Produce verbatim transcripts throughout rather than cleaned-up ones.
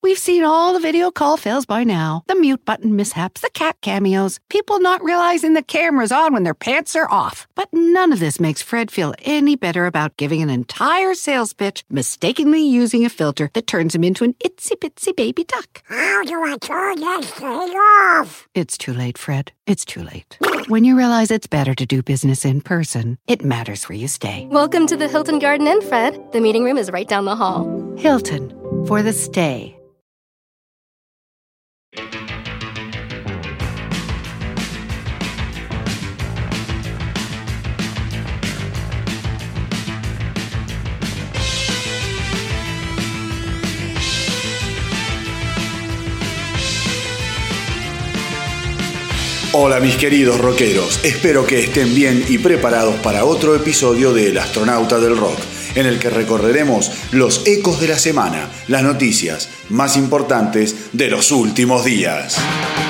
We've seen all the video call fails by now. The mute button mishaps, the cat cameos, people not realizing the camera's on when their pants are off. But none of this makes Fred feel any better about giving an entire sales pitch, mistakenly using a filter that turns him into an itsy-bitsy baby duck. How do I turn this thing off? It's too late, Fred. It's too late. When you realize it's better to do business in person, it matters where you stay. Welcome to the Hilton Garden Inn, Fred. The meeting room is right down the hall. Hilton, for the stay. Hola mis queridos rockeros, espero que estén bien y preparados para otro episodio de El Astronauta del Rock, en el que recorreremos los ecos de la semana, las noticias más importantes de los últimos días.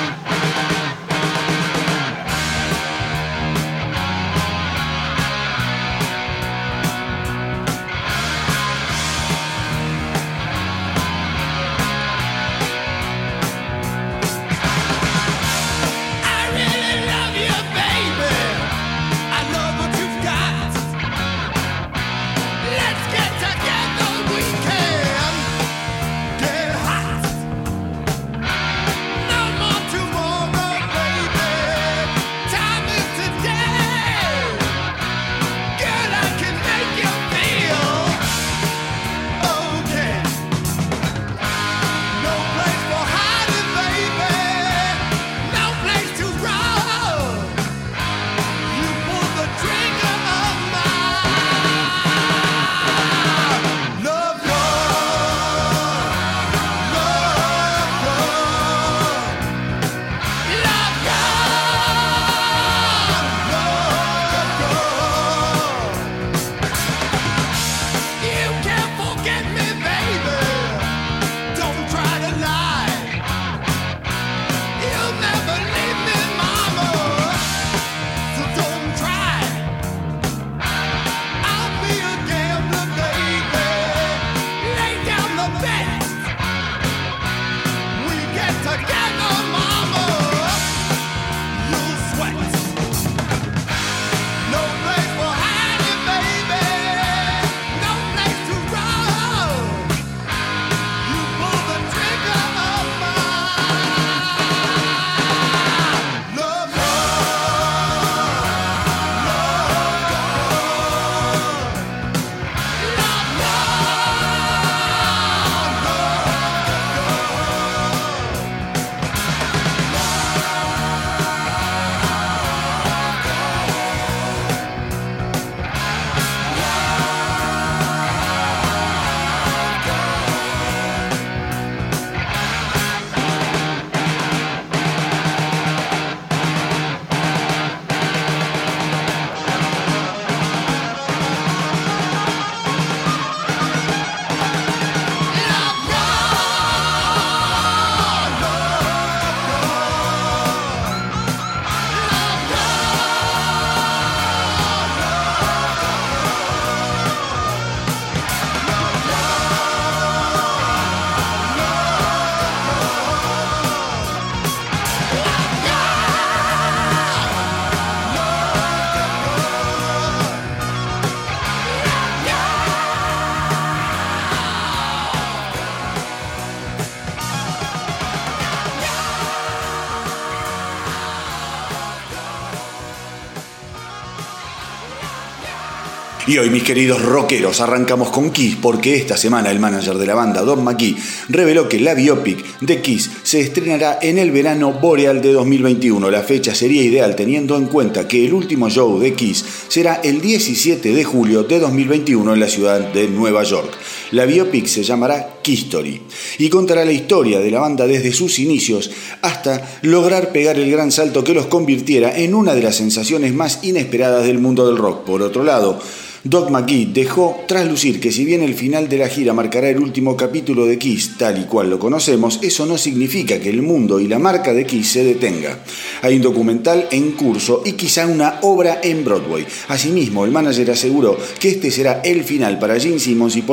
Y hoy, mis queridos rockeros, arrancamos con Kiss porque esta semana el manager de la banda, Doug McGhee, reveló que la biopic de Kiss se estrenará en el verano boreal de dos mil veintiuno. La fecha sería ideal teniendo en cuenta que el último show de Kiss será el diecisiete de julio de dos mil veintiuno en la ciudad de Nueva York. La biopic se llamará Kisstory y contará la historia de la banda desde sus inicios hasta lograr pegar el gran salto que los convirtiera en una de las sensaciones más inesperadas del mundo del rock. Por otro lado, Doug McGhee dejó traslucir que si bien el final de la gira marcará el último capítulo de Kiss tal y cual lo conocemos, eso no significa que el mundo y la marca de Kiss se detenga. Hay un documental en curso y quizá una obra en Broadway. Asimismo, el manager aseguró que este será el final para Gene Simmons y Paul Stanley,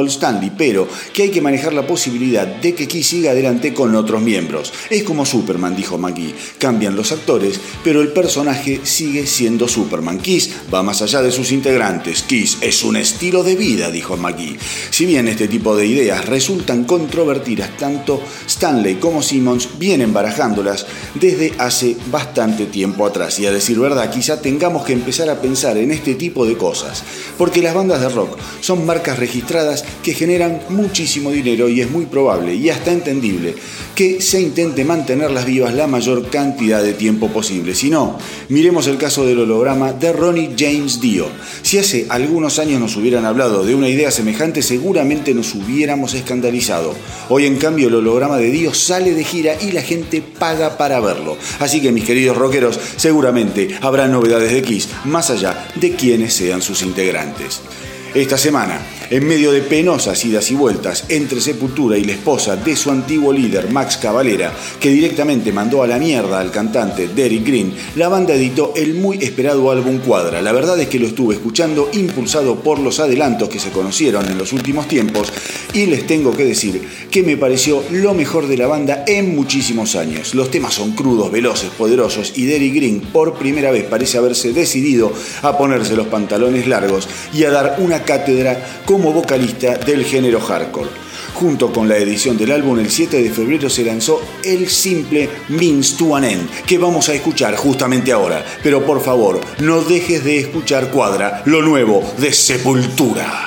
Stanley, pero que hay que manejar la posibilidad de que Kiss siga adelante con otros miembros. Es como Superman, dijo McGee. Cambian los actores, pero el personaje sigue siendo Superman. Kiss va más allá de sus integrantes. Kiss es un estilo de vida, dijo McGee. Si bien este tipo de ideas resultan controvertidas, tanto Stanley como Simmons vienen barajándolas desde hace bastante tiempo atrás. Y a decir verdad, quizá tengamos que empezar a pensar en este tipo de cosas, porque las bandas de rock son marcas registradas que generan muchísimo dinero y es muy probable y hasta entendible que se intente mantenerlas vivas la mayor cantidad de tiempo posible. Si no, miremos el caso del holograma de Ronnie James Dio. Si hace algunos años nos hubieran hablado de una idea semejante, seguramente nos hubiéramos escandalizado. Hoy, en cambio, el holograma de Dio sale de gira y la gente paga para verlo. Así que, mis queridos rockeros, seguramente habrá novedades de Kiss, más allá de quiénes sean sus integrantes. Esta semana, en medio de penosas idas y vueltas entre Sepultura y la esposa de su antiguo líder, Max Cavalera, que directamente mandó a la mierda al cantante Derek Green, la banda editó el muy esperado álbum Cuadra. La verdad es que lo estuve escuchando impulsado por los adelantos que se conocieron en los últimos tiempos y les tengo que decir que me pareció lo mejor de la banda en muchísimos años. Los temas son crudos, veloces, poderosos y Derek Green por primera vez parece haberse decidido a ponerse los pantalones largos y a dar una cátedra como vocalista del género hardcore. Junto con la edición del álbum, el siete de febrero se lanzó el simple Means to an End, que vamos a escuchar justamente ahora. Pero por favor, no dejes de escuchar Cuadra, lo nuevo de Sepultura.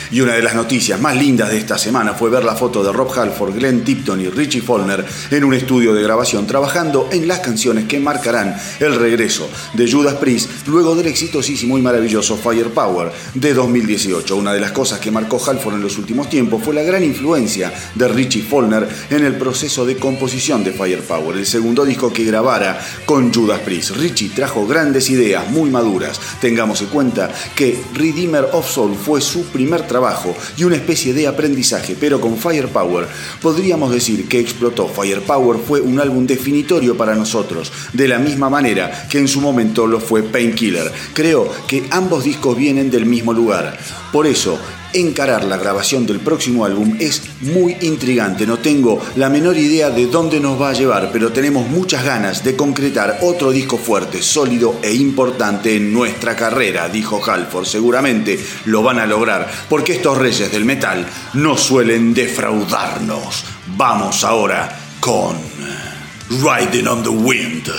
Y una de las noticias más lindas de esta semana fue ver la foto de Rob Halford, Glenn Tipton y Richie Faulkner en un estudio de grabación trabajando en las canciones que marcarán el regreso de Judas Priest luego del exitosísimo y maravilloso Firepower de dos mil dieciocho. Una de las cosas que marcó Halford en los últimos tiempos fue la gran influencia de Richie Faulkner en el proceso de composición de Firepower, el segundo disco que grabara con Judas Priest. Richie trajo grandes ideas muy maduras. Tengamos en cuenta que Redeemer of Soul fue su primer trabajo y una especie de aprendizaje, pero con Firepower podríamos decir que explotó. Firepower fue un álbum definitorio para nosotros, de la misma manera que en su momento lo fue Painkiller. Creo que ambos discos vienen del mismo lugar. Por eso, encarar la grabación del próximo álbum es muy intrigante. No tengo la menor idea de dónde nos va a llevar, pero tenemos muchas ganas de concretar otro disco fuerte, sólido e importante en nuestra carrera, dijo Halford. Seguramente lo van a lograr, porque estos reyes del metal no suelen defraudarnos. Vamos ahora con Riding on the Wind.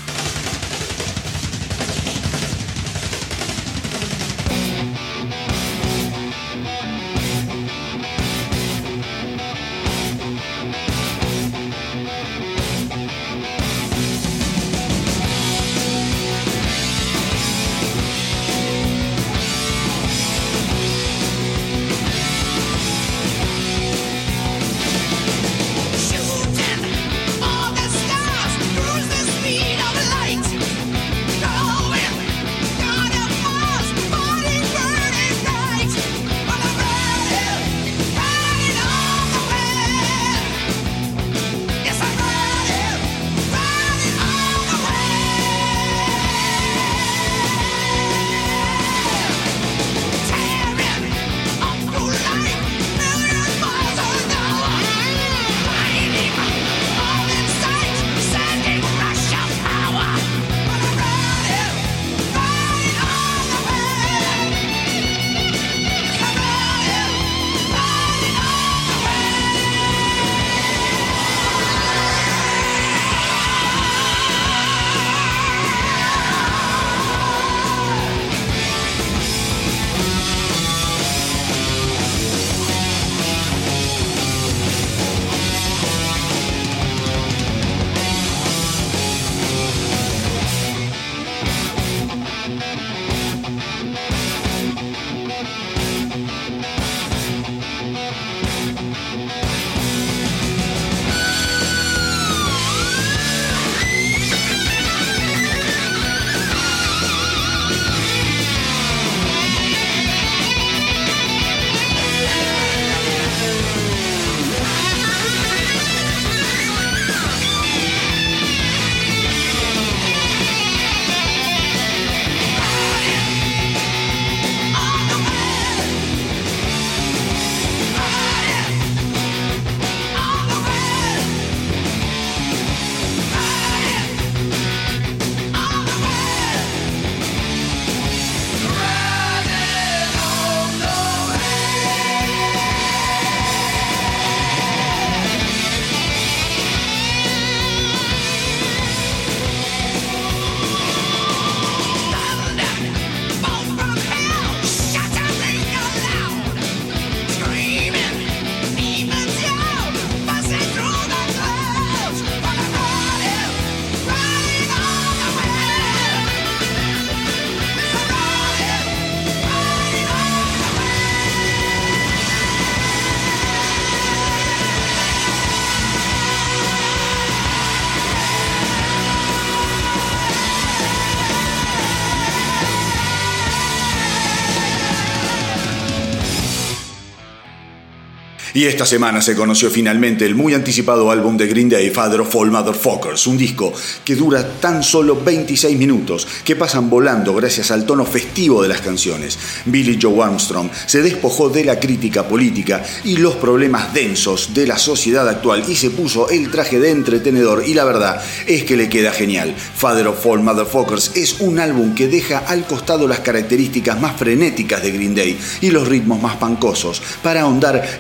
Y esta semana se conoció finalmente el muy anticipado álbum de Green Day, Father of All Motherfuckers, un disco que dura tan solo veintiséis minutos, que pasan volando gracias al tono festivo de las canciones. Billie Joe Armstrong se despojó de la crítica política y los problemas densos de la sociedad actual y se puso el traje de entretenedor, y la verdad es que le queda genial. Father of All Motherfuckers es un álbum que deja al costado las características más frenéticas de Green Day y los ritmos más pancosos para ahondar en un tratamiento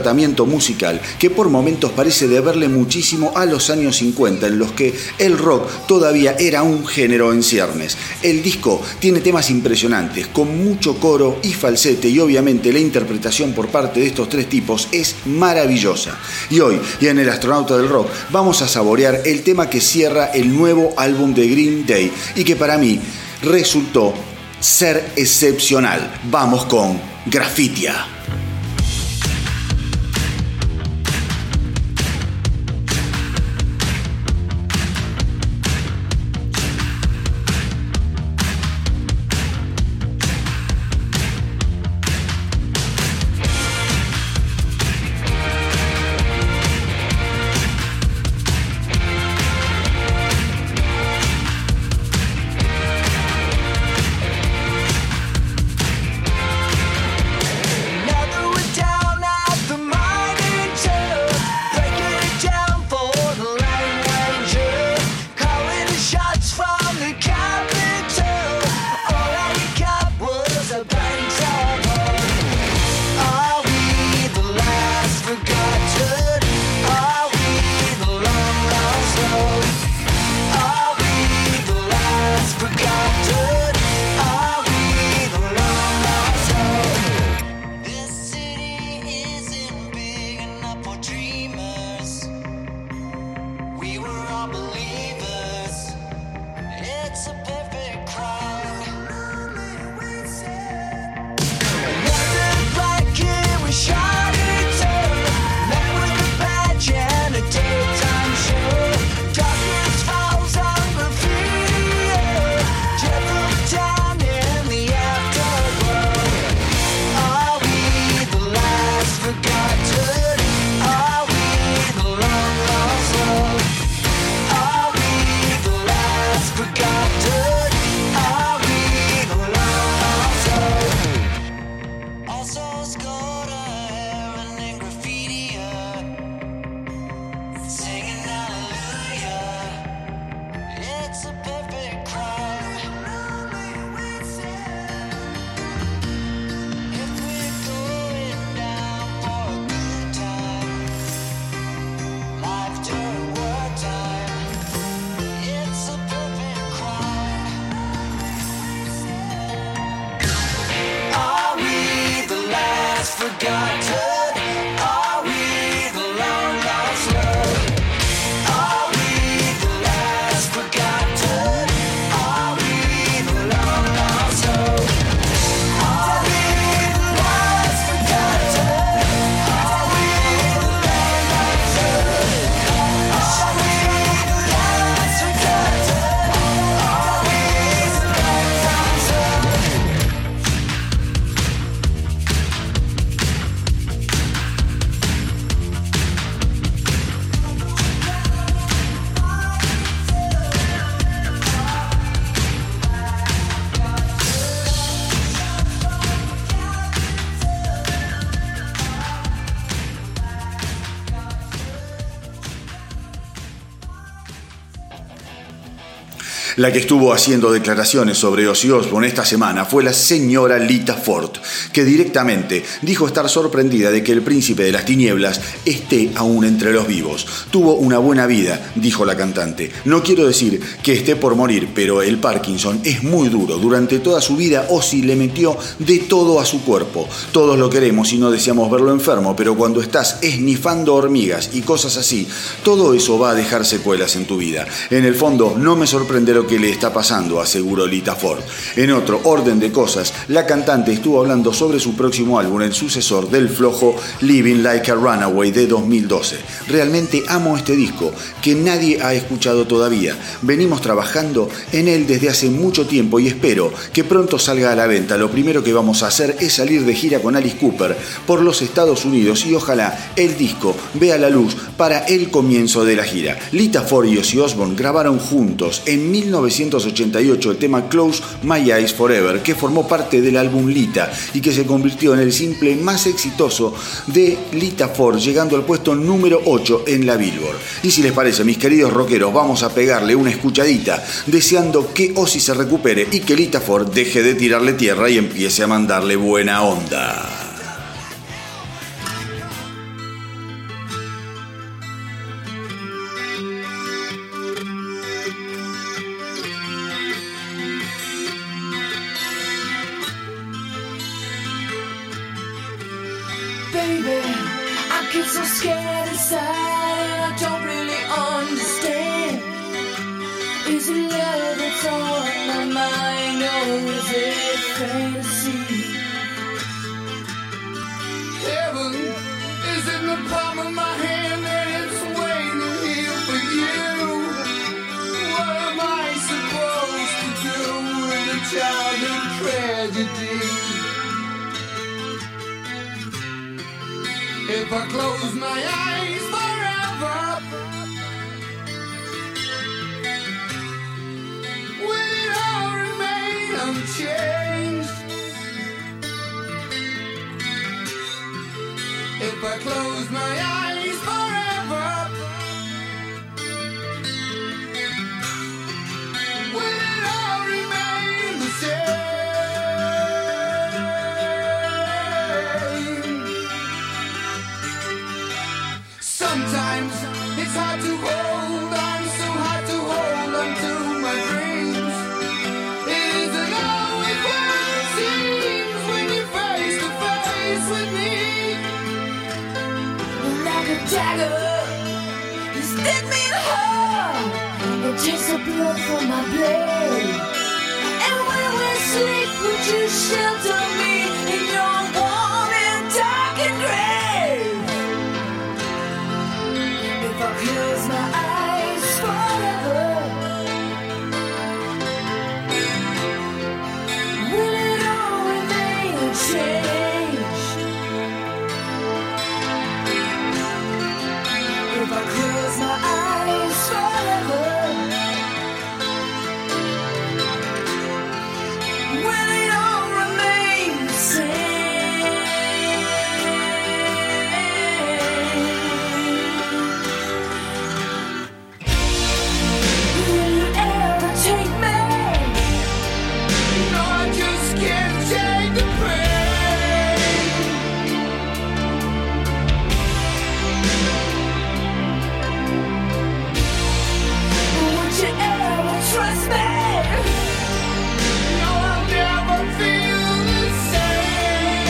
tratamiento musical que por momentos parece deberle muchísimo a los años cincuenta, en los que el rock todavía era un género en ciernes. El disco tiene temas impresionantes, con mucho coro y falsete, y obviamente la interpretación por parte de estos tres tipos es maravillosa. Y hoy, y en El Astronauta del Rock, vamos a saborear el tema que cierra el nuevo álbum de Green Day y que para mí resultó ser excepcional. Vamos con Graffitia. La que estuvo haciendo declaraciones sobre Ozzy Osbourne esta semana fue la señora Lita Ford, que directamente dijo estar sorprendida de que el príncipe de las tinieblas esté aún entre los vivos. Tuvo una buena vida, dijo la cantante. No quiero decir que esté por morir, pero el Parkinson es muy duro. Durante toda su vida Ozzy le metió de todo a su cuerpo. Todos lo queremos y no deseamos verlo enfermo, pero cuando estás esnifando hormigas y cosas así, todo eso va a dejar secuelas en tu vida. En el fondo, no me sorprende lo que le está pasando, aseguró Lita Ford. En otro orden de cosas, la cantante estuvo hablando sobre su próximo álbum, el sucesor del flojo Living Like a Runaway de dos mil doce. Realmente amo este disco, que nadie ha escuchado todavía. Venimos trabajando en él desde hace mucho tiempo y espero que pronto salga a la venta. Lo primero que vamos a hacer es salir de gira con Alice Cooper por los Estados Unidos y ojalá el disco vea la luz para el comienzo de la gira. Lita Ford y Ozzy Osbourne grabaron juntos en mil novecientos ochenta y ocho el tema Close My Eyes Forever, que formó parte del álbum Lita y que se convirtió en el simple más exitoso de Lita Ford, llegando al puesto número ocho en la Billboard. Y si les parece, mis queridos rockeros, vamos a pegarle una escuchadita, deseando que Ozzy se recupere y que Lita Ford deje de tirarle tierra y empiece a mandarle buena onda. baby, I get so scared inside and I don't really understand. Is it love that's on my mind or is it fantasy? Heaven is in the palm of my hand and it's waiting here for you. What am I supposed to do with a childhood tragedy? If I close my eyes forever, will it all remain unchanged? If I close my eyes forever, will it all remain the same? Sometimes it's hard to hold on, so hard to hold on to my dreams. It isn't always what it seems when you're face to face with me. Like a dagger, you stick me in the heart and takes the blood from my blade. And when we sleep, would you shelter me in your warm and darkened grave? If I close my eyes forever, will it all remain unchanged? If I close my eyes forever, will it all remain the same? Trust me. No, I'll never feel the same.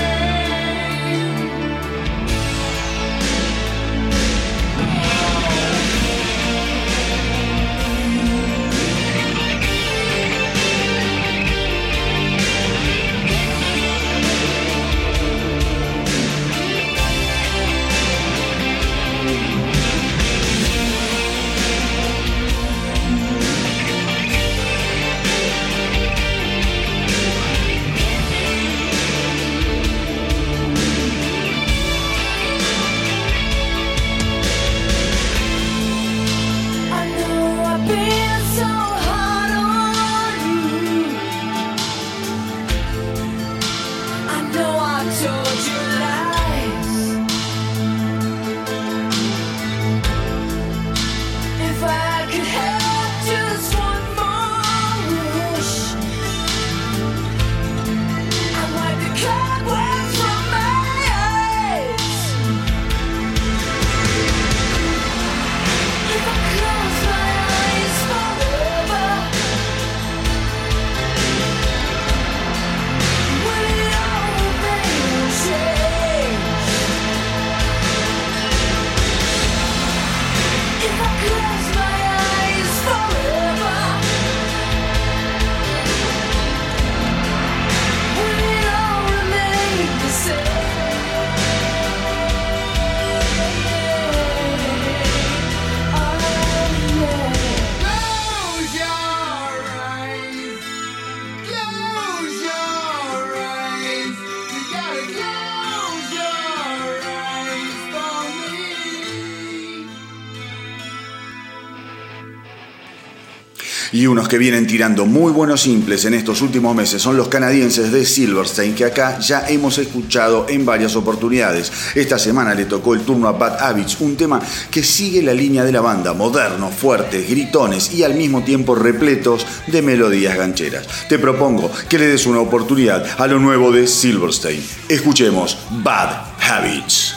Y unos que vienen tirando muy buenos simples en estos últimos meses son los canadienses de Silverstein, que acá ya hemos escuchado en varias oportunidades. Esta semana le tocó el turno a Bad Habits, un tema que sigue la línea de la banda, modernos, fuertes, gritones y al mismo tiempo repletos de melodías gancheras. Te propongo que le des una oportunidad a lo nuevo de Silverstein. Escuchemos Bad Habits.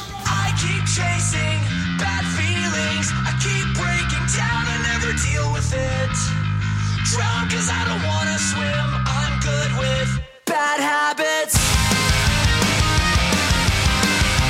Drown 'cause I don't wanna swim. I'm good with bad habits.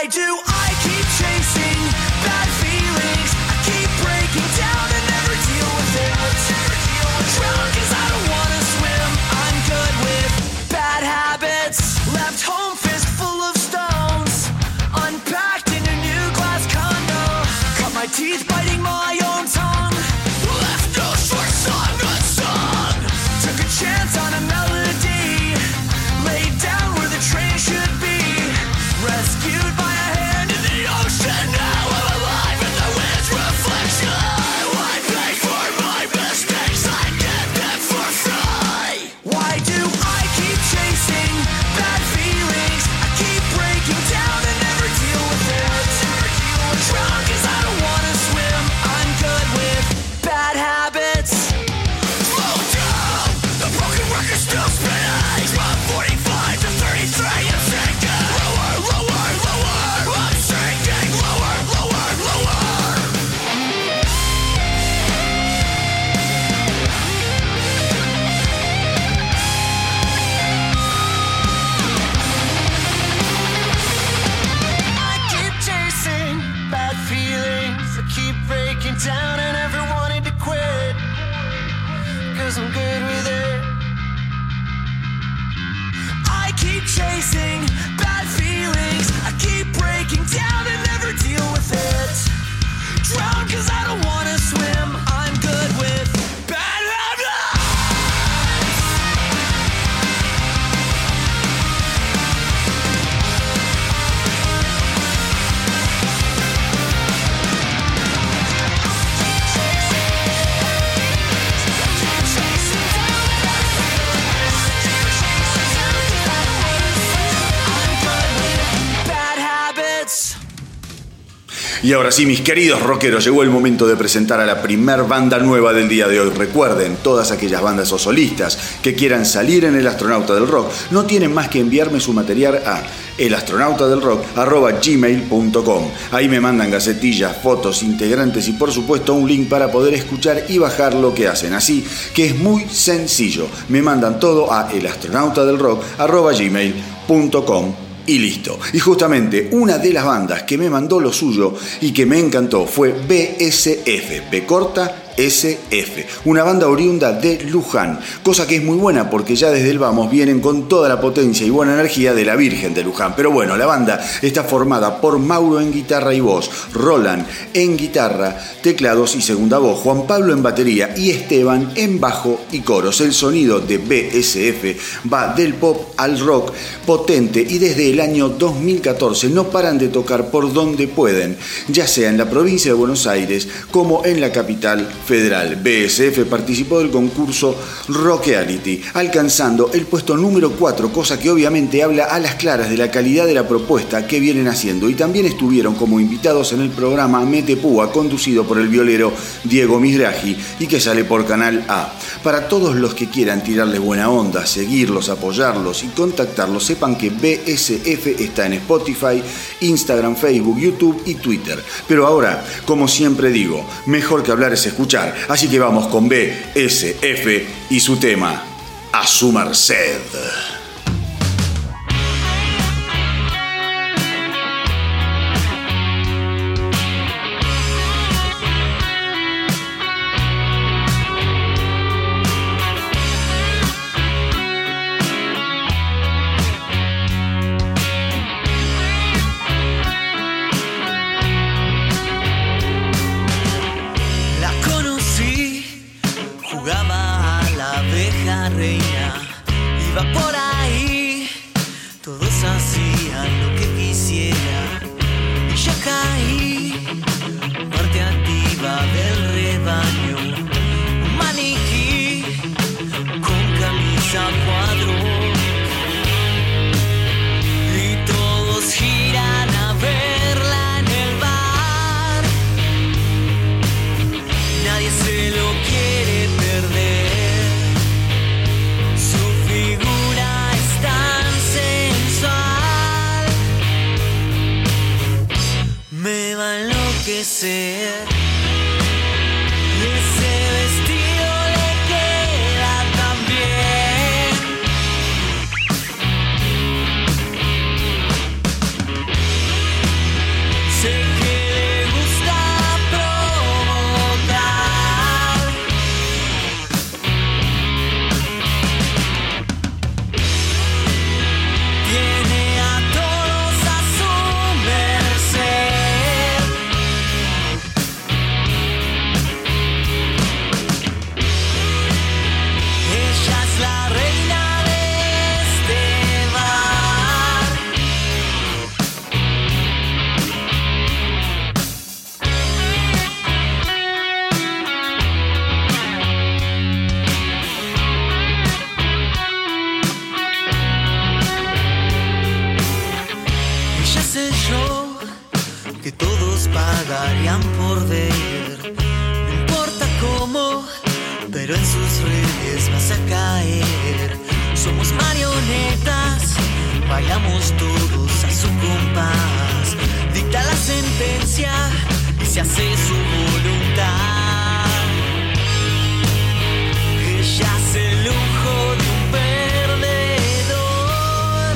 do I keep chasing bad feelings? I keep breaking down and never deal with it. Drown 'cause I don't wanna swim. I'm good with bad habits. Left home fist full of stones. Unpacked in a new glass condo. Cut my teeth biting my own tongue. Left no short song unsung. Took a chance on a melody. Laid down where the train should be. Rescued by a hand in the ocean. Now I'm alive in the wind's reflection. I pay for my mistakes. I get them for free. Why do I keep chasing bad feelings? I keep breaking down and never deal with it. Drown 'cause I don't wanna swim. I'm good with bad habits. Slow down. The broken record still spinning. From forty-five to thirty-three, I'm sinking. Lower, lower, lower. I'm sinking. Lower, lower, lower. I keep chasing bad feelings. I keep breaking down and never wanted to quit. 'Cause I'm good with it. I keep chasing bad feelings. I keep breaking down and never deal with it. Drown 'cause I don't wanna swim. I'm good with bad habits. Bad habits. Y ahora sí, mis queridos rockeros, llegó el momento de presentar a la primer banda nueva del día de hoy. Recuerden, todas aquellas bandas o solistas que quieran salir en El Astronauta del Rock no tienen más que enviarme su material a elastronautadelrock arroba gmail punto com. Ahí me mandan gacetillas, fotos, integrantes y por supuesto un link para poder escuchar y bajar lo que hacen. Así que es muy sencillo. Me mandan todo a elastronautadelrock arroba gmail punto com. Y listo. Y justamente una de las bandas que me mandó lo suyo y que me encantó fue B S F, B corta S F, una banda oriunda de Luján, cosa que es muy buena porque ya desde el vamos vienen con toda la potencia y buena energía de la Virgen de Luján. Pero bueno, la banda está formada por Mauro en guitarra y voz, Roland en guitarra, teclados y segunda voz, Juan Pablo en batería y Esteban en bajo y coros. El sonido de B S F va del pop al rock potente y desde el año dos mil catorce no paran de tocar por donde pueden, ya sea en la provincia de Buenos Aires como en la capital federal. B S F participó del concurso Rockeality, alcanzando el puesto número cuatro, cosa que obviamente habla a las claras de la calidad de la propuesta que vienen haciendo. Y también estuvieron como invitados en el programa Mete Púa, conducido por el violero Diego Mizrahi y que sale por Canal A. Para todos los que quieran tirarles buena onda, seguirlos, apoyarlos y contactarlos, sepan que B S F está en Spotify, Instagram, Facebook, YouTube y Twitter. Pero ahora, como siempre digo, mejor que hablar es escuchar. Así que vamos con B S F y su tema, A su merced. pero en sus redes vas a caer. Somos marionetas, bailamos todos a su compás. Dicta la sentencia y se hace su voluntad. Ella hace el lujo de un perdedor.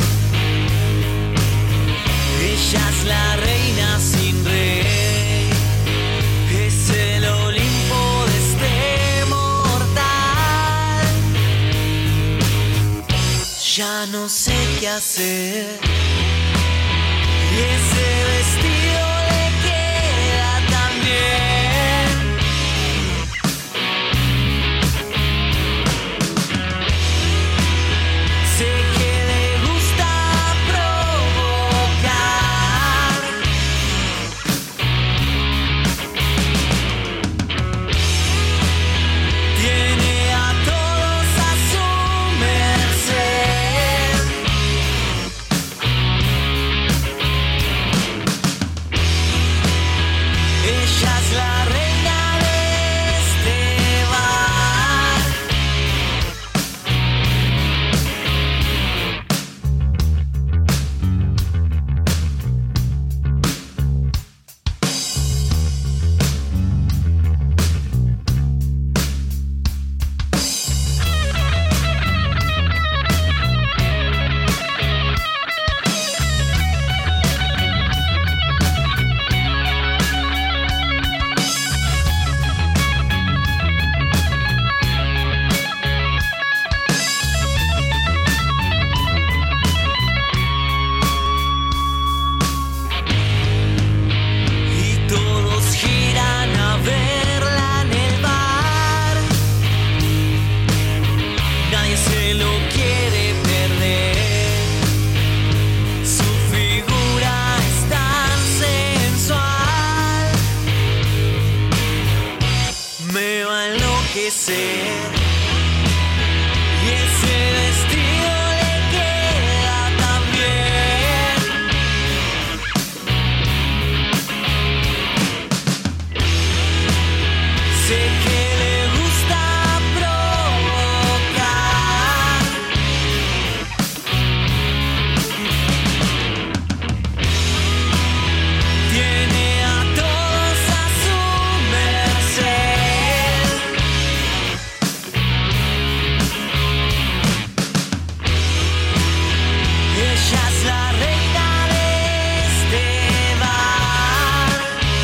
Ella es la reina sin rey. Es el Olimpo de este mortal. Ya no sé qué hacer. Y ese vestido le queda tan bien. Sé que le gusta provocar. Tiene a todos a su merced. Ella es la reina de este bar. Y todos giran a verla en el bar. Nadie se lo quiere perder. Su figura es tan sensual. Me va a enloquecer. Y ese vestido le queda tan bien. Sé que le gusta provocar. Tiene a todos a su merced. Ella es la reina de este bar.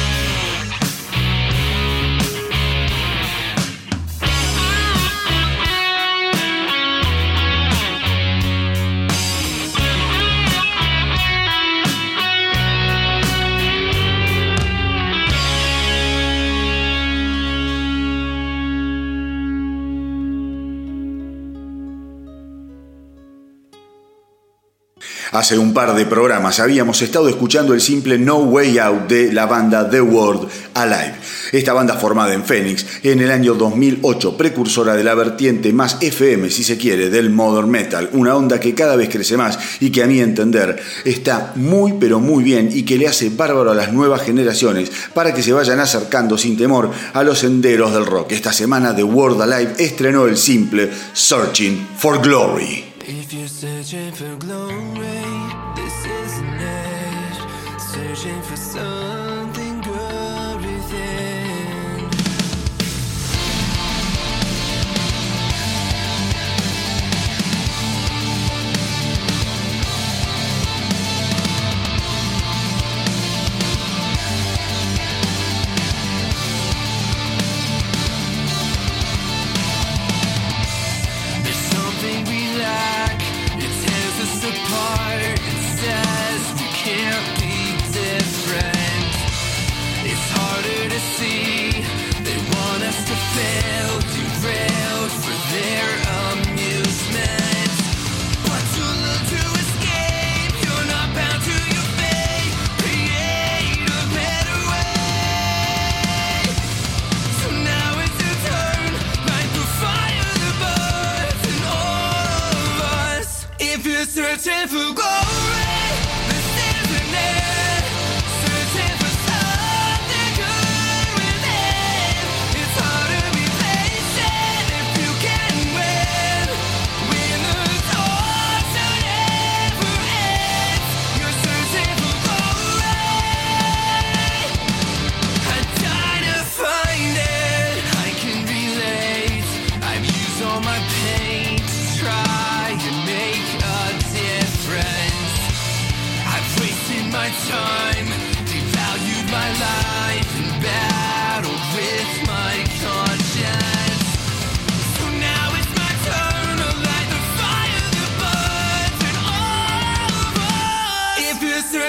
Hace un par de programas habíamos estado escuchando el simple No Way Out de la banda The World Alive. Esta banda formada en Phoenix en el año dos mil ocho, precursora de la vertiente más F M, si se quiere, del modern metal, una onda que cada vez crece más y que a mi entender está muy pero muy bien y que le hace bárbaro a las nuevas generaciones para que se vayan acercando sin temor a los senderos del rock. Esta semana The World Alive estrenó el simple Searching for Glory. If you're searching for glory, this isn't it. Searching for something good within. There's something we lack. It tears us apart. It says we can't be different. It's harder to see. They want us to fail, derailed for their amusement. But to look to escape, you're not bound to your fate. Create a better way. So now it's your turn. Light the fire that burns in all of us. If you're searching for glory, this isn't it. Searching for something good within. It's hard to be patient if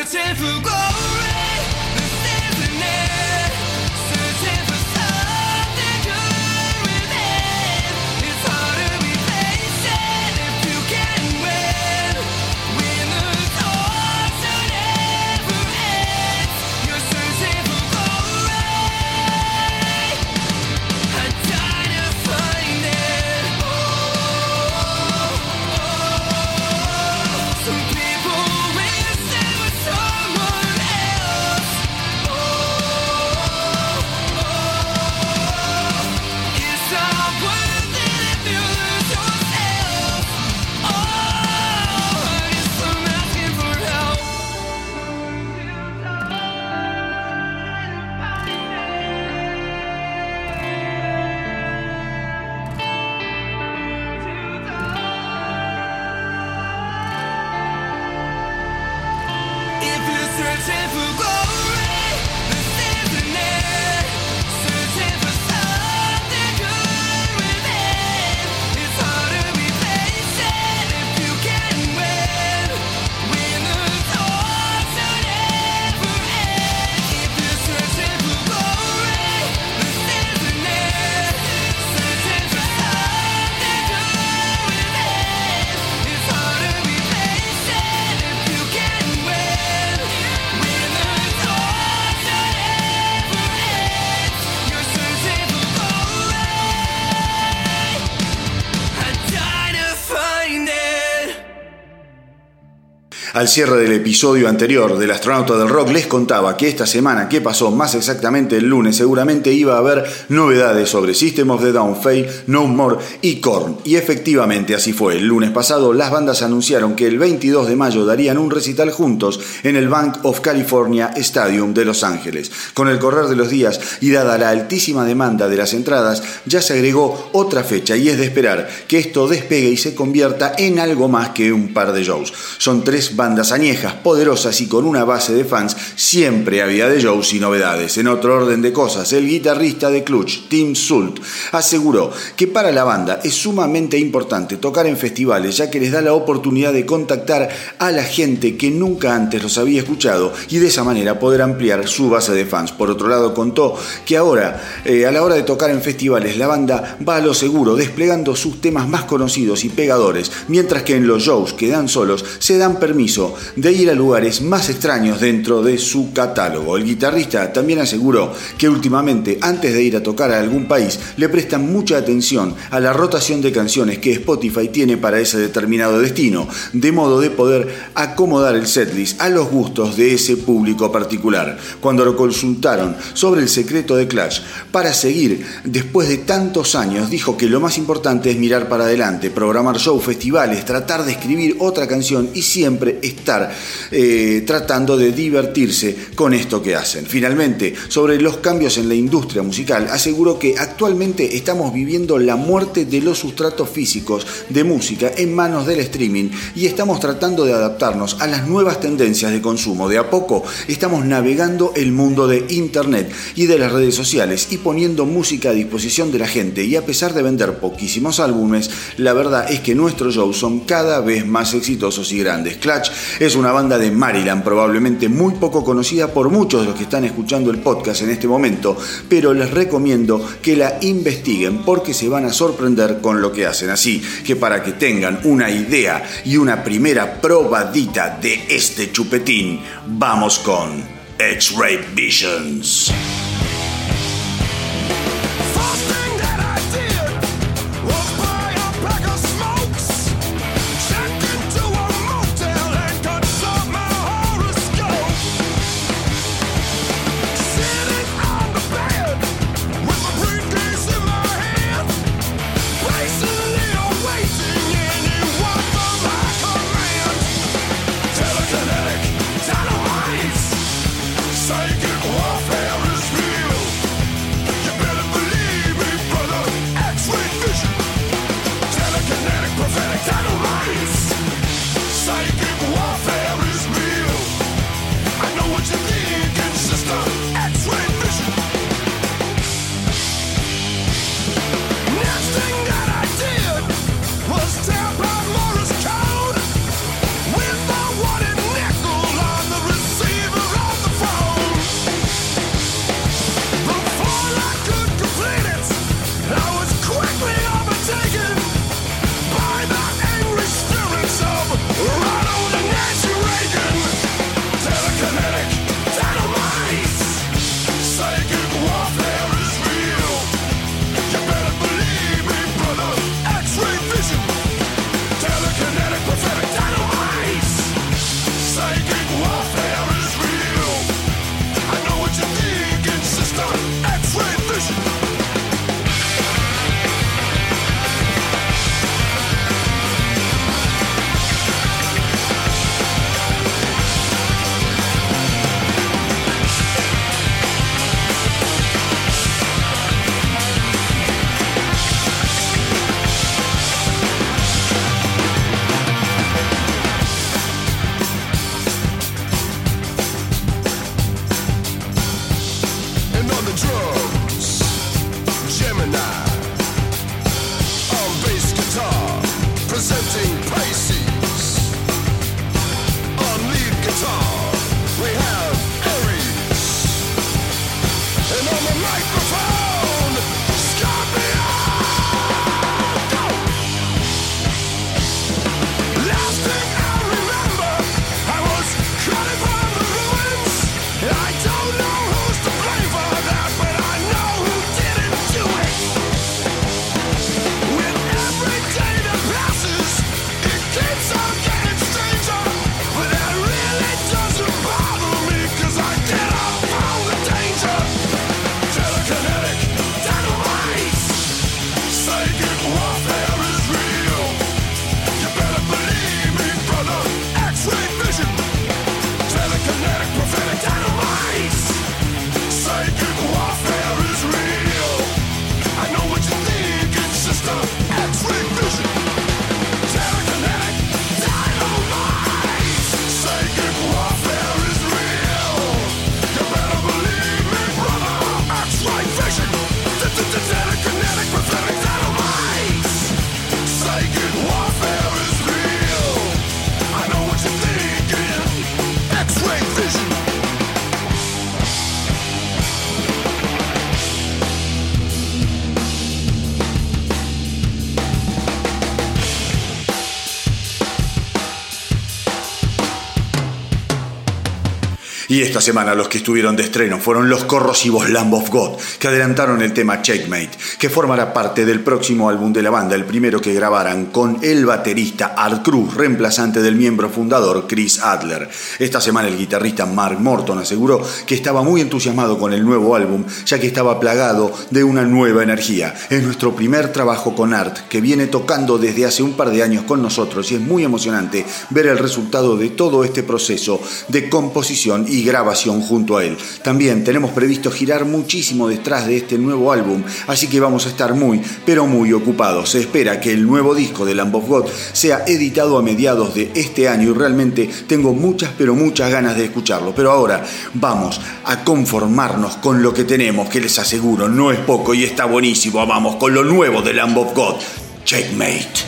searching for glory, this isn't it. Searching for something good within. It's hard to be patient if you can win. When the torture never ends, you're searching for glory. I try to find it. Oh, oh, oh. Some people wish they were someone else. Oh, oh, oh. It's not worth it if you lose yourself. Oh, I guess I'm asking for help. If you're searching for glory, this isn't it. Searching for something good within. It's hard to be patient if you can win. When the torture never ends. If you're searching for glory, this isn't it. Searching for something good within. It's hard to be patient if you can win. When the torture never ends, you're searching for glory. I try to find it. Al cierre del episodio anterior del Astronauta del Rock les contaba que esta semana que pasó, más exactamente el lunes, seguramente iba a haber novedades sobre System of a Down, Faith No More y Korn. Y efectivamente así fue. El lunes pasado las bandas anunciaron que el veintidós de mayo darían un recital juntos en el Bank of California Stadium de Los Ángeles. Con el correr de los días y dada la altísima demanda de las entradas, ya se agregó otra fecha y es de esperar que esto despegue y se convierta en algo más que un par de shows. Son tres bandas añejas, poderosas y con una base de fans. Siempre había de shows y novedades. En otro orden de cosas, el guitarrista de Clutch, Tim Sult, aseguró que para la banda es sumamente importante tocar en festivales, ya que les da la oportunidad de contactar a la gente que nunca antes los había escuchado y de esa manera poder ampliar su base de fans. Por otro lado, contó que ahora, eh, a la hora de tocar en festivales, la banda va a lo seguro, desplegando sus temas más conocidos y pegadores, mientras que en los shows que dan solos se dan permiso de ir a lugares más extraños dentro de su catálogo. El guitarrista también aseguró que últimamente, antes de ir a tocar a algún país, le prestan mucha atención a la rotación de canciones que Spotify tiene para ese determinado destino, de modo de poder acomodar el setlist a los gustos de ese público particular. Cuando lo consultaron sobre el secreto de Clutch para seguir después de tantos años, dijo que lo más importante es mirar para adelante, programar shows, festivales, tratar de escribir otra canción y siempre estar eh, tratando de divertirse con esto que hacen. Finalmente, sobre los cambios en la industria musical, aseguró que actualmente estamos viviendo la muerte de los sustratos físicos de música en manos del streaming y estamos tratando de adaptarnos a las nuevas tendencias de consumo. De a poco estamos navegando el mundo de internet y de las redes sociales y poniendo música a disposición de la gente, y a pesar de vender poquísimos álbumes, la verdad es que nuestros shows son cada vez más exitosos y grandes. Clutch es una banda de Maryland, probablemente muy poco conocida por muchos de los que están escuchando el podcast en este momento, pero les recomiendo que la investiguen porque se van a sorprender con lo que hacen. Así que para que tengan una idea y una primera probadita de este chupetín, vamos con X-Ray Visions. Psychic warfare is Y esta semana los que estuvieron de estreno fueron los corrosivos Lamb of God, que adelantaron el tema Checkmate, que formará parte del próximo álbum de la banda, el primero que grabaran con el baterista Art Cruz, reemplazante del miembro fundador Chris Adler. Esta semana el guitarrista Mark Morton aseguró que estaba muy entusiasmado con el nuevo álbum, ya que estaba plagado de una nueva energía. Es nuestro primer trabajo con Art, que viene tocando desde hace un par de años con nosotros, y es muy emocionante ver el resultado de todo este proceso de composición y grabación junto a él. También tenemos previsto girar muchísimo detrás de este nuevo álbum, así que vamos a estar muy, pero muy ocupados. Se espera que el nuevo disco de Lamb of God sea editado a mediados de este año y realmente tengo muchas, pero muchas ganas de escucharlo. Pero ahora vamos a conformarnos con lo que tenemos, que les aseguro no es poco y está buenísimo. Vamos con lo nuevo de Lamb of God, Checkmate.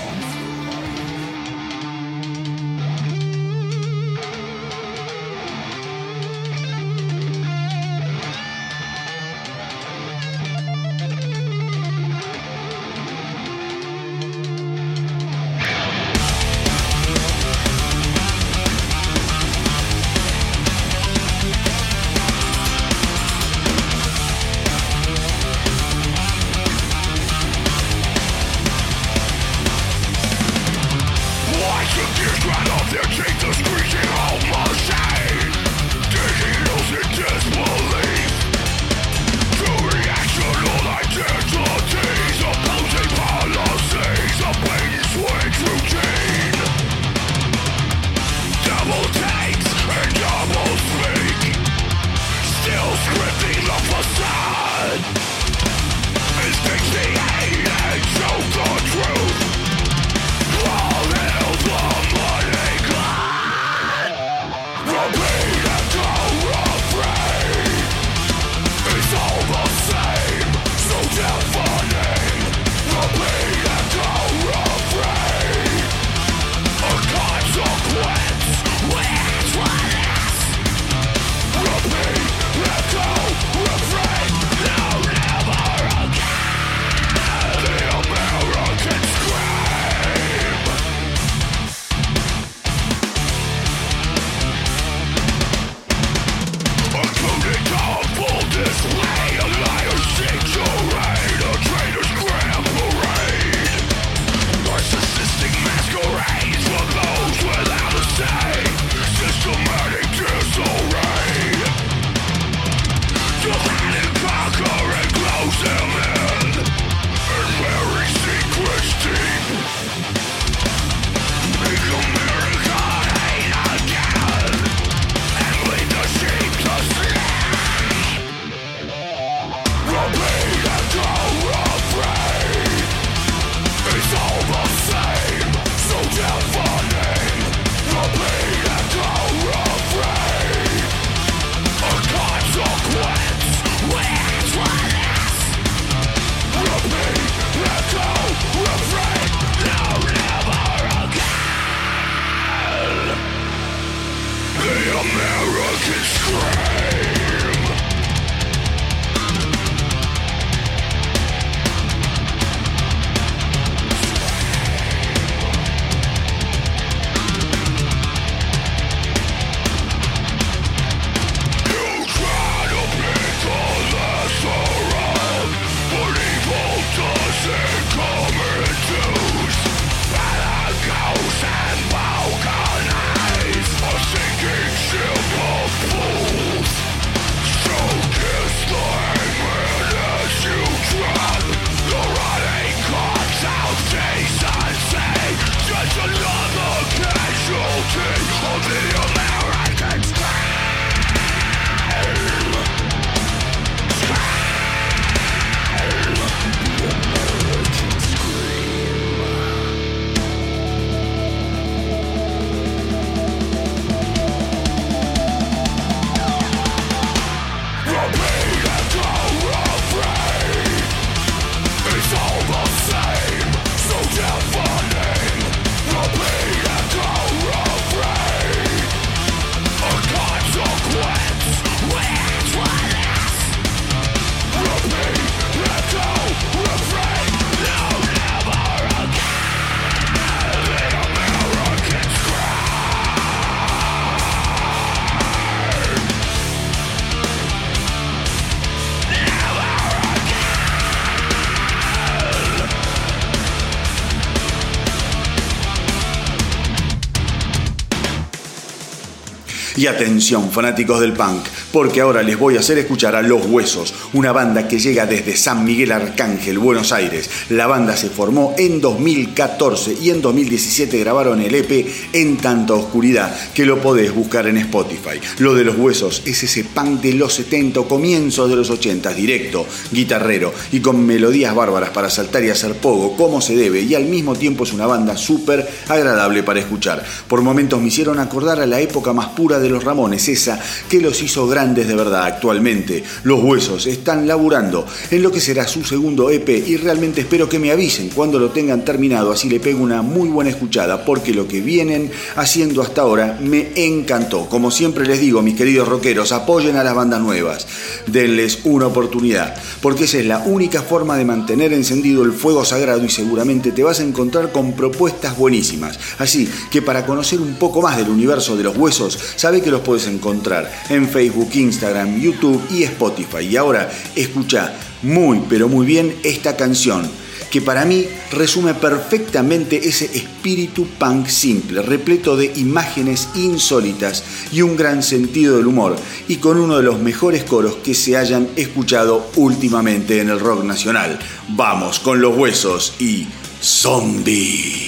Y atención, fanáticos del punk, porque ahora les voy a hacer escuchar a Los Huesos, una banda que llega desde San Miguel Arcángel, Buenos Aires. La banda se formó en dos mil catorce y en dos mil diecisiete grabaron el E P En Tanta Oscuridad, que lo podés buscar en Spotify. Lo de Los Huesos es ese punk de los setenta o comienzos de los ochenta, directo, guitarrero y con melodías bárbaras para saltar y hacer pogo como se debe, y al mismo tiempo es una banda súper agradable para escuchar. Por momentos me hicieron acordar a la época más pura de los Ramones, esa que los hizo grandes de verdad. Actualmente Los Huesos están laburando en lo que será su segundo E P y realmente espero que me avisen cuando lo tengan terminado, así le pego una muy buena escuchada, porque lo que vienen haciendo hasta ahora me encantó. Como siempre les digo, mis queridos rockeros, apoyen a las bandas nuevas, denles una oportunidad, porque esa es la única forma de mantener encendido el fuego sagrado, y seguramente te vas a encontrar con propuestas buenísimas. Así que para conocer un poco más del universo de Los Huesos, sabe que los puedes encontrar en Facebook, Instagram, YouTube y Spotify. Y ahora escucha muy pero muy bien esta canción, que para mí resume perfectamente ese espíritu punk simple, repleto de imágenes insólitas y un gran sentido del humor, y con uno de los mejores coros que se hayan escuchado últimamente en el rock nacional. Vamos con Los Huesos y Zombie.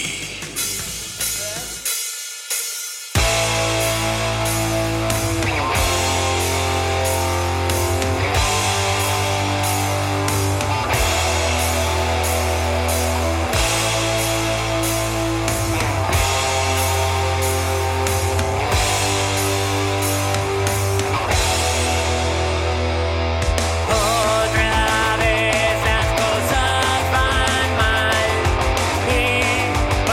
Otra vez las cosas van mal y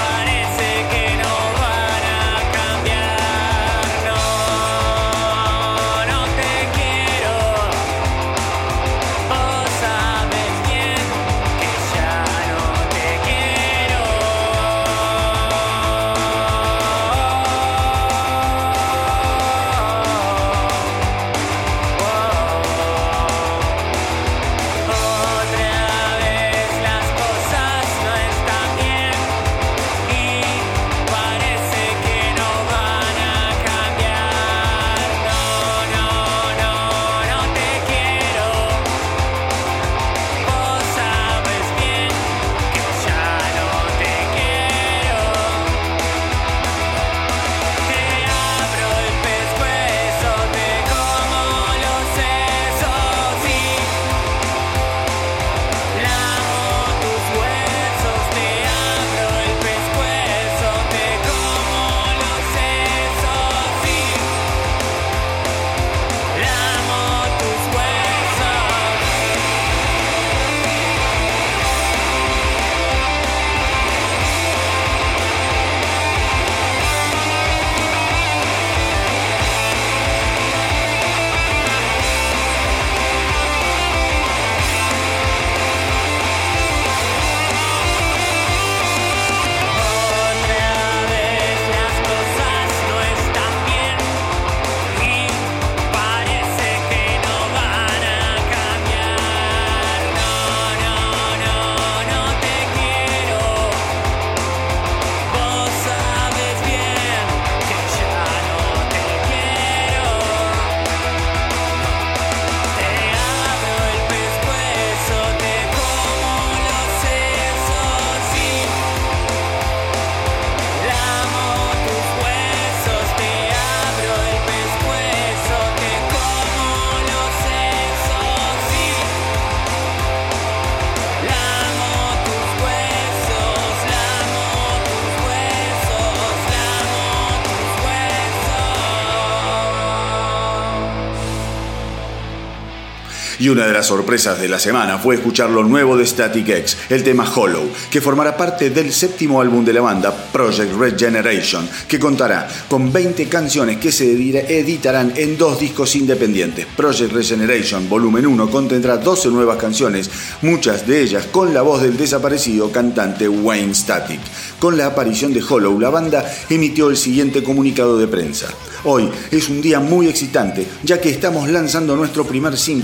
Y una de las sorpresas de la semana fue escuchar lo nuevo de Static X, el tema Hollow, que formará parte del séptimo álbum de la banda, Project Regeneration, que contará con veinte canciones que se editarán en dos discos independientes. Project Regeneration Volumen uno contendrá doce nuevas canciones, muchas de ellas con la voz del desaparecido cantante Wayne Static. Con la aparición de Hollow, la banda emitió el siguiente comunicado de prensa. Hoy es un día muy excitante, ya que estamos lanzando nuestro primer simple y video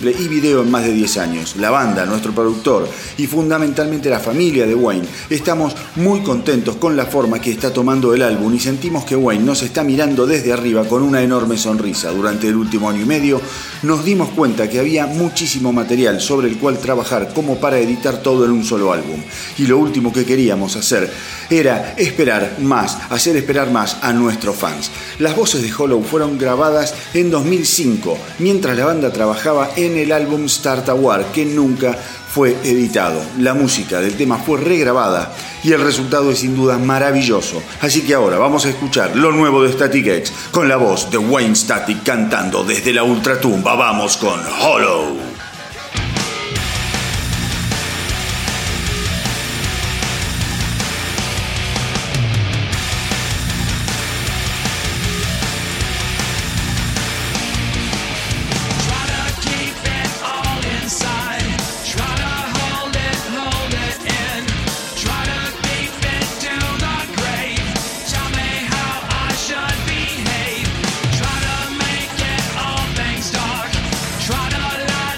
video en más de diez años. La banda, nuestro productor y fundamentalmente la familia de Wayne, estamos muy contentos con la forma que está tomando el álbum y sentimos que Wayne nos está mirando desde arriba con una enorme sonrisa. Durante el último año y medio nos dimos cuenta que había muchísimo material sobre el cual trabajar como para editar todo en un solo álbum. Y lo último que queríamos hacer era esperar más, hacer esperar más a nuestros fans. Las voces de Hollow fueron grabadas en dos mil cinco, mientras la banda trabajaba en el álbum Start a War, que nunca fue editado. La música del tema fue regrabada y el resultado es sin duda maravilloso. Así que ahora vamos a escuchar lo nuevo de Static X con la voz de Wayne Static cantando desde la ultratumba. Vamos con Hollow. Try to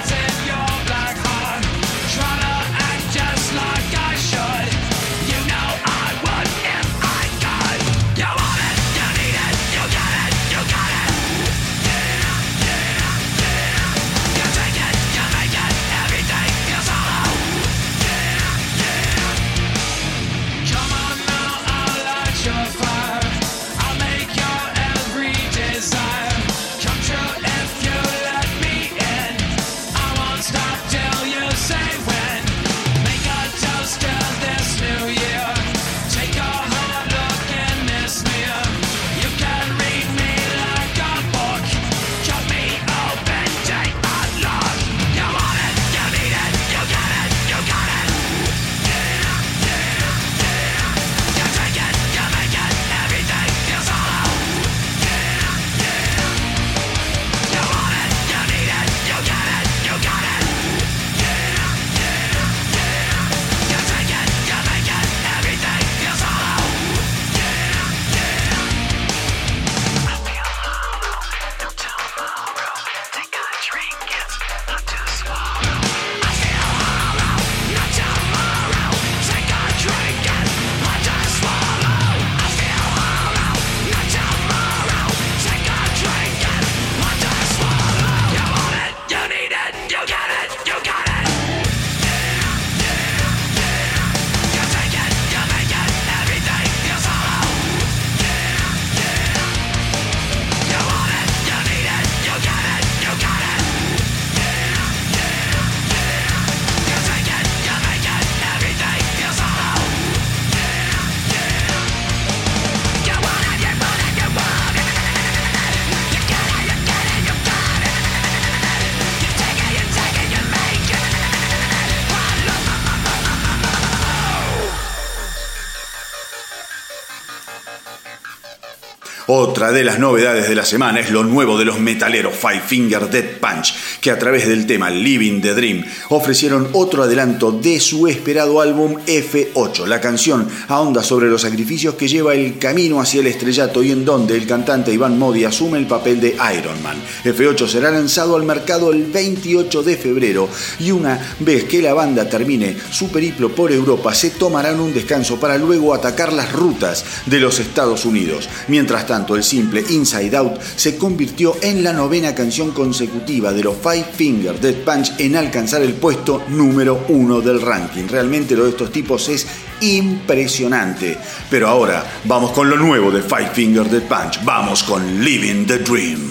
Otra de las novedades de la semana es lo nuevo de los metaleros Five Finger Death Punch, que a través del tema Living the Dream ofrecieron otro adelanto de su esperado álbum F ocho. La canción ahonda sobre los sacrificios que lleva el camino hacia el estrellato y en donde el cantante Iván Modi asume el papel de Iron Man. F ocho será lanzado al mercado el veintiocho de febrero y una vez que la banda termine su periplo por Europa se tomarán un descanso para luego atacar las rutas de los Estados Unidos. Mientras tanto, el simple Inside Out se convirtió en la novena canción consecutiva de los Five Finger Death Punch en alcanzar el puesto número uno del ranking. Realmente lo de estos tipos es impresionante. Pero ahora vamos con lo nuevo de Five Finger Death Punch. Vamos con Living the Dream.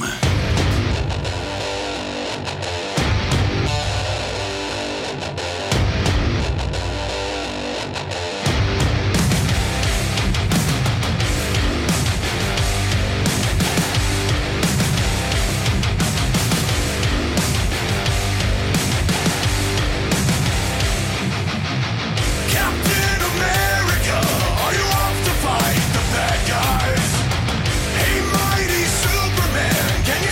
Can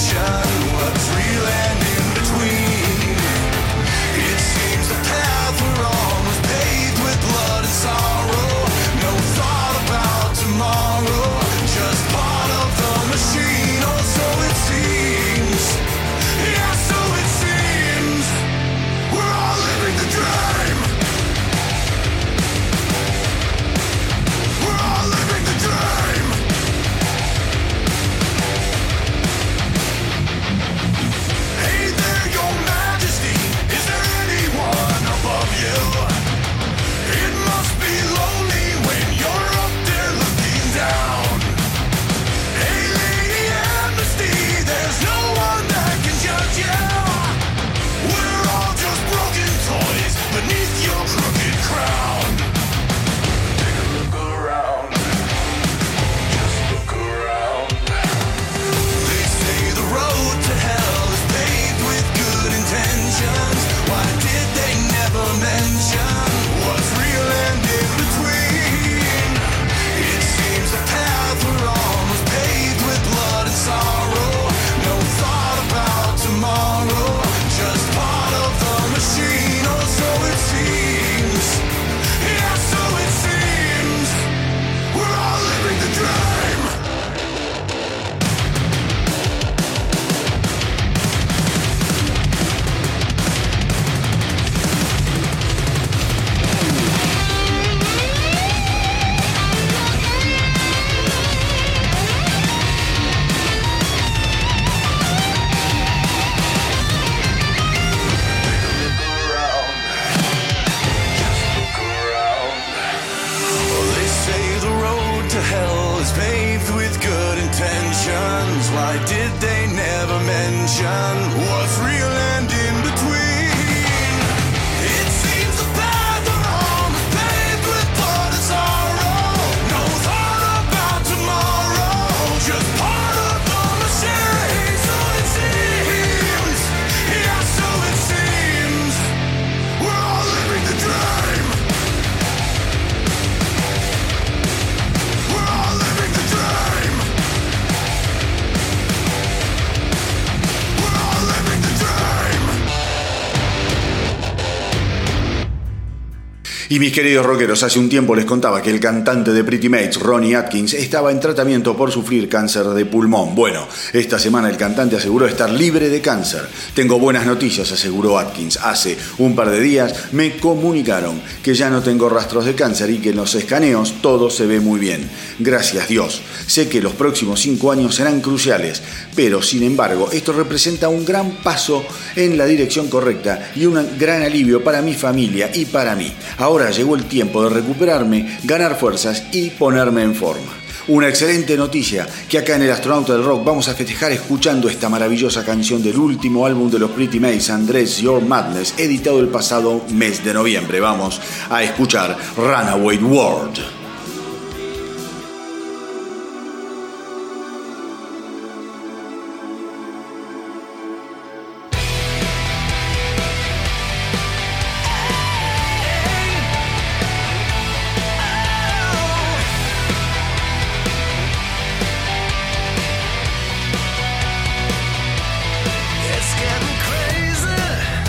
Y mis queridos rockeros, hace un tiempo les contaba que el cantante de Pretty Mates, Ronnie Atkins, estaba en tratamiento por sufrir cáncer de pulmón. Bueno, esta semana el cantante aseguró estar libre de cáncer. Tengo buenas noticias, aseguró Atkins. Hace un par de días me comunicaron que ya no tengo rastros de cáncer y que en los escaneos todo se ve muy bien. Gracias Dios. Sé que los próximos cinco años serán cruciales, pero sin embargo esto representa un gran paso en la dirección correcta y un gran alivio para mi familia y para mí. Ahora Ahora llegó el tiempo de recuperarme, ganar fuerzas y ponerme en forma. Una excelente noticia, que acá en el Astronauta del Rock vamos a festejar escuchando esta maravillosa canción del último álbum de los Pretty Mates, Undress Your Madness, editado el pasado mes de noviembre. Vamos a escuchar Runaway World.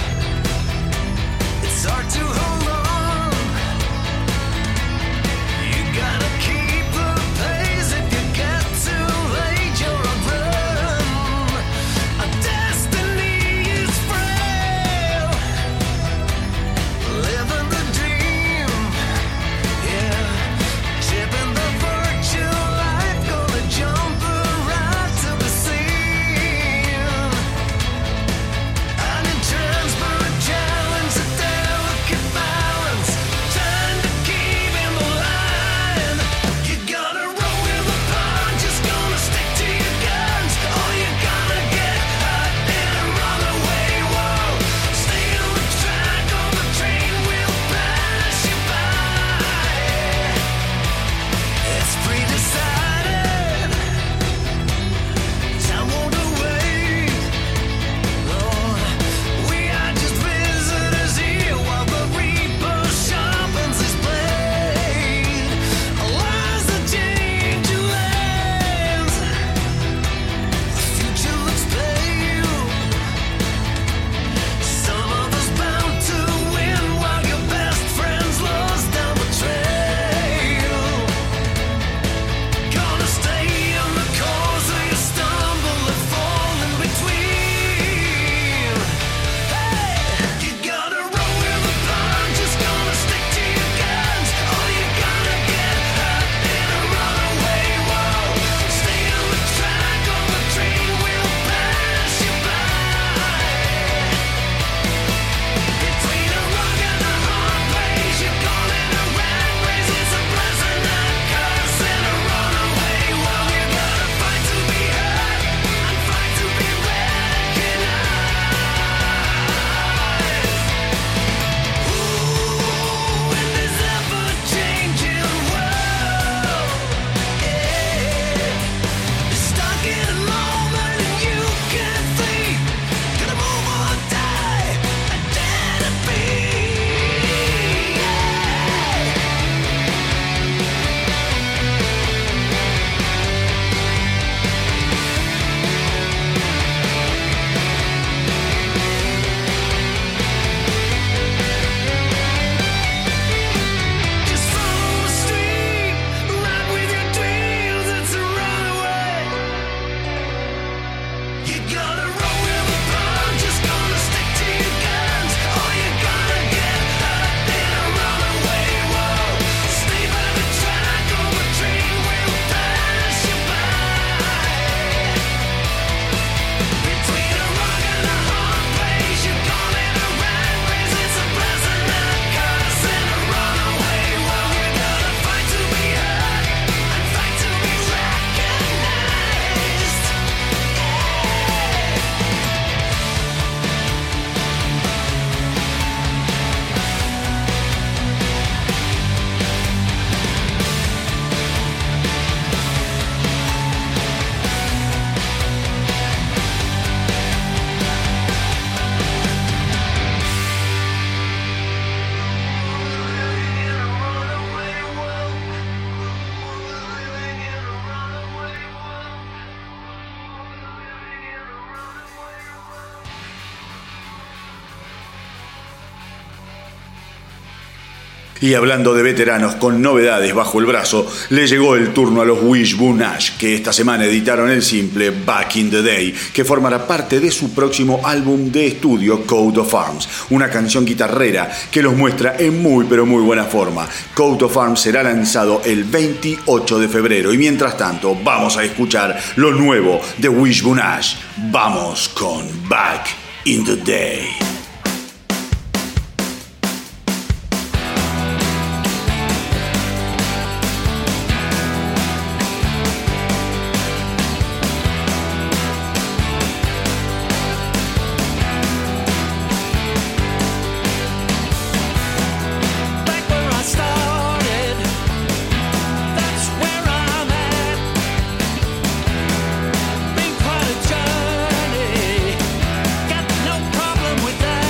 It's hard to hold on. Y hablando de veteranos con novedades bajo el brazo, le llegó el turno a los Wishbone Ash, que esta semana editaron el simple Back in the Day, que formará parte de su próximo álbum de estudio Coat of Arms, una canción guitarrera que los muestra en muy pero muy buena forma. Coat of Arms será lanzado el veintiocho de febrero y mientras tanto vamos a escuchar lo nuevo de Wishbone Ash. Vamos con Back in the Day. Been quite a journey, got no problem with that.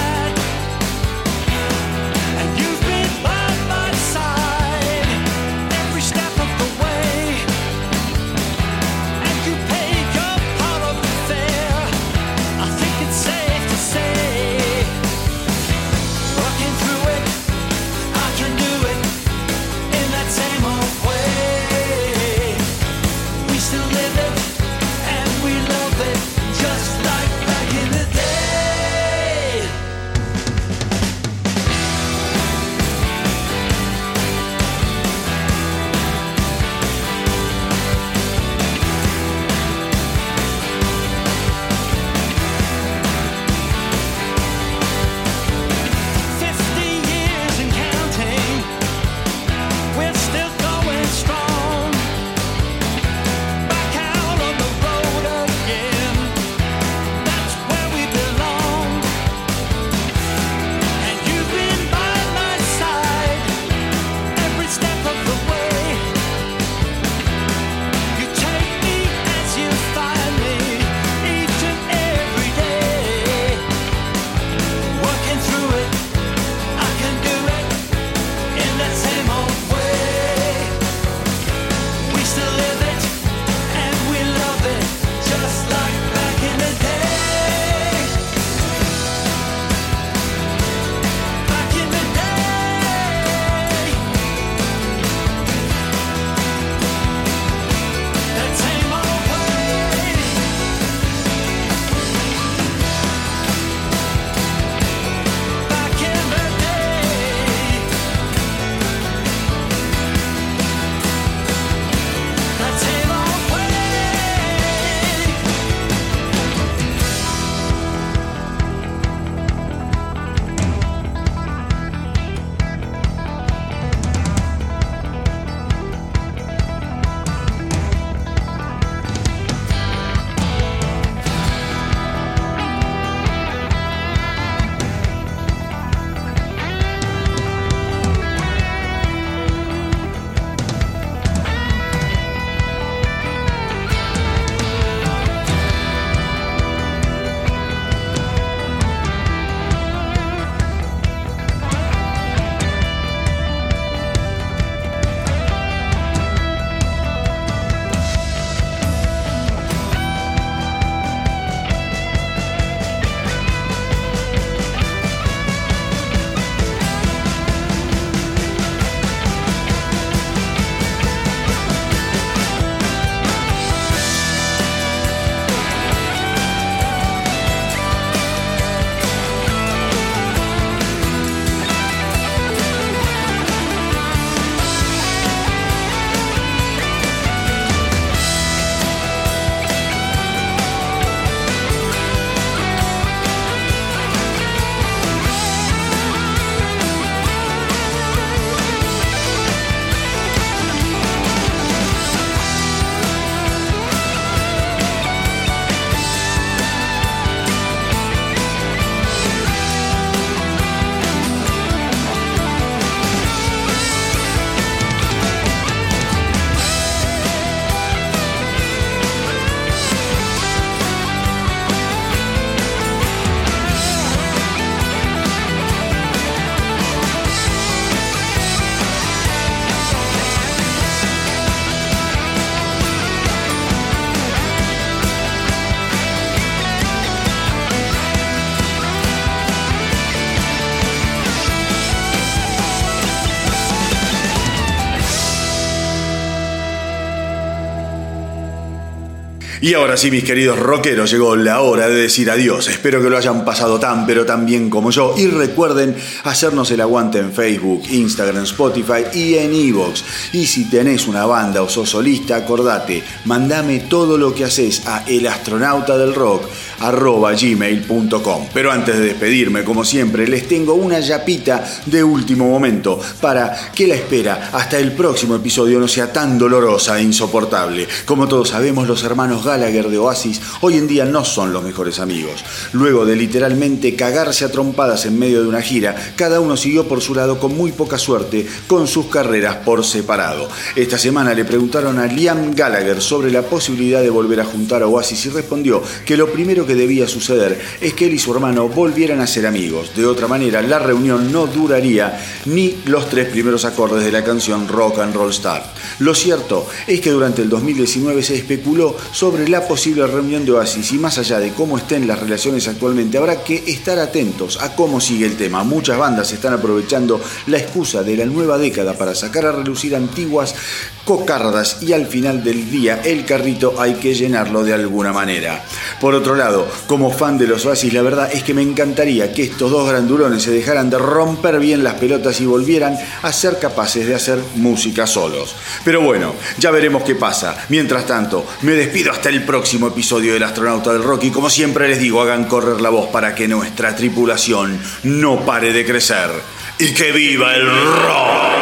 Y ahora sí, mis queridos rockeros, llegó la hora de decir adiós. Espero que lo hayan pasado tan pero tan bien como yo. Y recuerden hacernos el aguante en Facebook, Instagram, Spotify y en iVoox. Y si tenés una banda o sos solista, acordate, mandame todo lo que haces a elastronautadelrock arroba gmail punto com. Pero antes de despedirme, como siempre, les tengo una yapita de último momento para que la espera hasta el próximo episodio no sea tan dolorosa e insoportable. Como todos sabemos, los hermanos Gallagher de Oasis hoy en día no son los mejores amigos. Luego de literalmente cagarse a trompadas en medio de una gira, cada uno siguió por su lado con muy poca suerte con sus carreras por separado. Esta semana le preguntaron a Liam Gallagher sobre la posibilidad de volver a juntar a Oasis y respondió que lo primero que debía suceder es que él y su hermano volvieran a ser amigos. De otra manera, la reunión no duraría ni los tres primeros acordes de la canción Rock and Roll Star. Lo cierto es que durante el dos mil diecinueve se especuló sobre la posible reunión de Oasis y más allá de cómo estén las relaciones actualmente, habrá que estar atentos a cómo sigue el tema. Muchas bandas están aprovechando la excusa de la nueva década para sacar a relucir antiguas cocardas y al final del día el carrito hay que llenarlo de alguna manera. Por otro lado, como fan de los Oasis, la verdad es que me encantaría que estos dos grandulones se dejaran de romper bien las pelotas y volvieran a ser capaces de hacer música solos. Pero bueno, ya veremos qué pasa. Mientras tanto, me despido hasta el próximo episodio del Astronauta del Rock y como siempre les digo, hagan correr la voz para que nuestra tripulación no pare de crecer. ¡Y que viva el rock!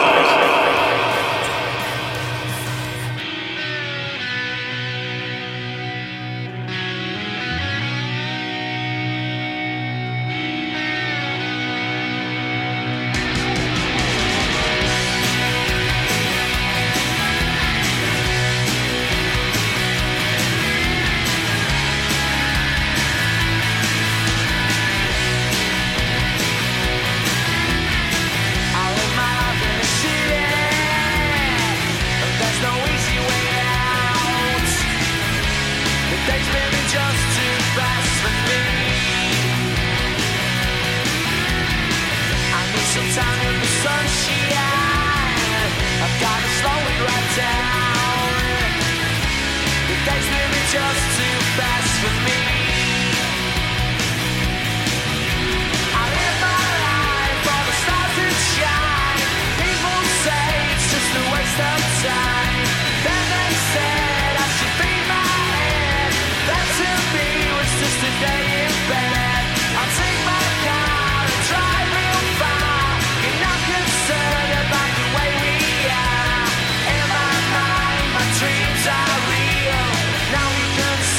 Dreams are real. Now you can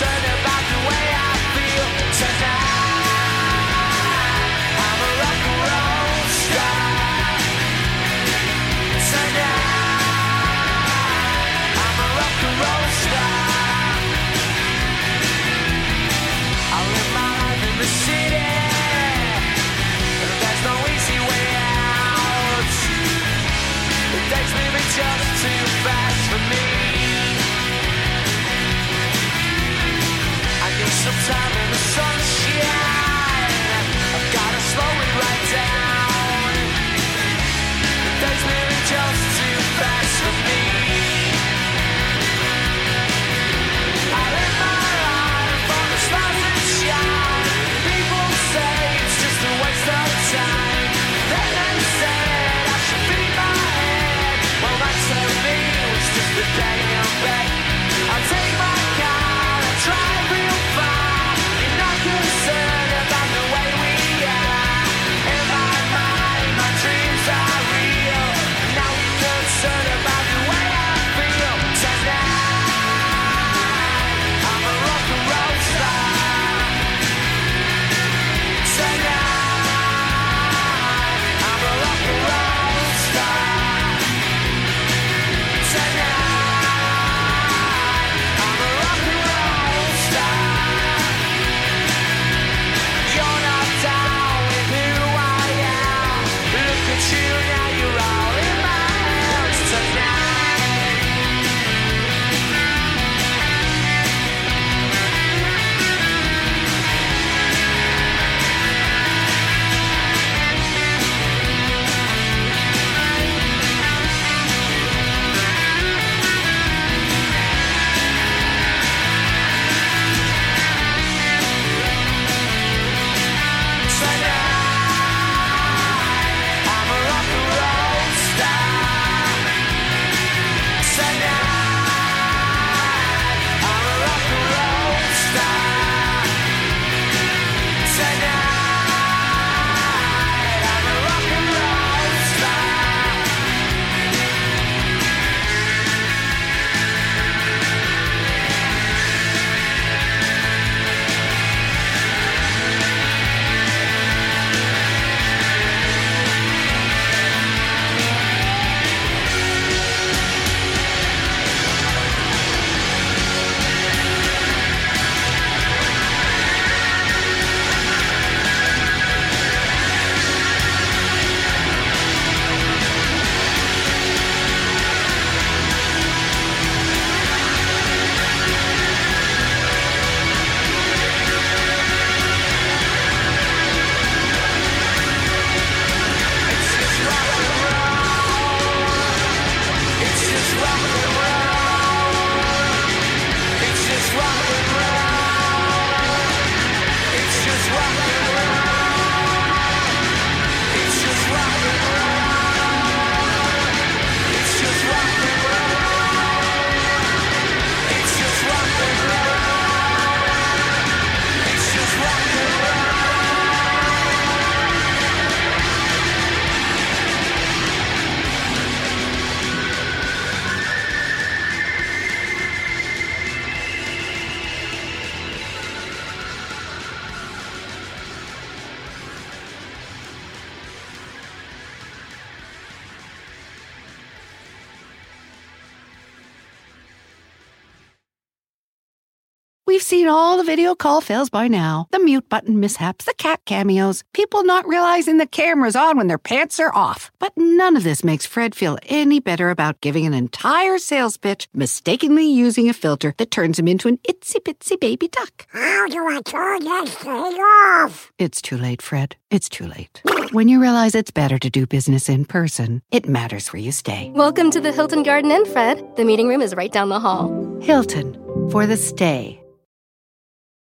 We've seen all the video call fails by now. The mute button mishaps, the cat cameos, people not realizing the camera's on when their pants are off. But none of this makes Fred feel any better about giving an entire sales pitch, mistakenly using a filter that turns him into an itsy-bitsy baby duck. How do I turn this thing off? It's too late, Fred. It's too late. When you realize it's better to do business in person, it matters where you stay. Welcome to the Hilton Garden Inn, Fred. The meeting room is right down the hall. Hilton, for the stay.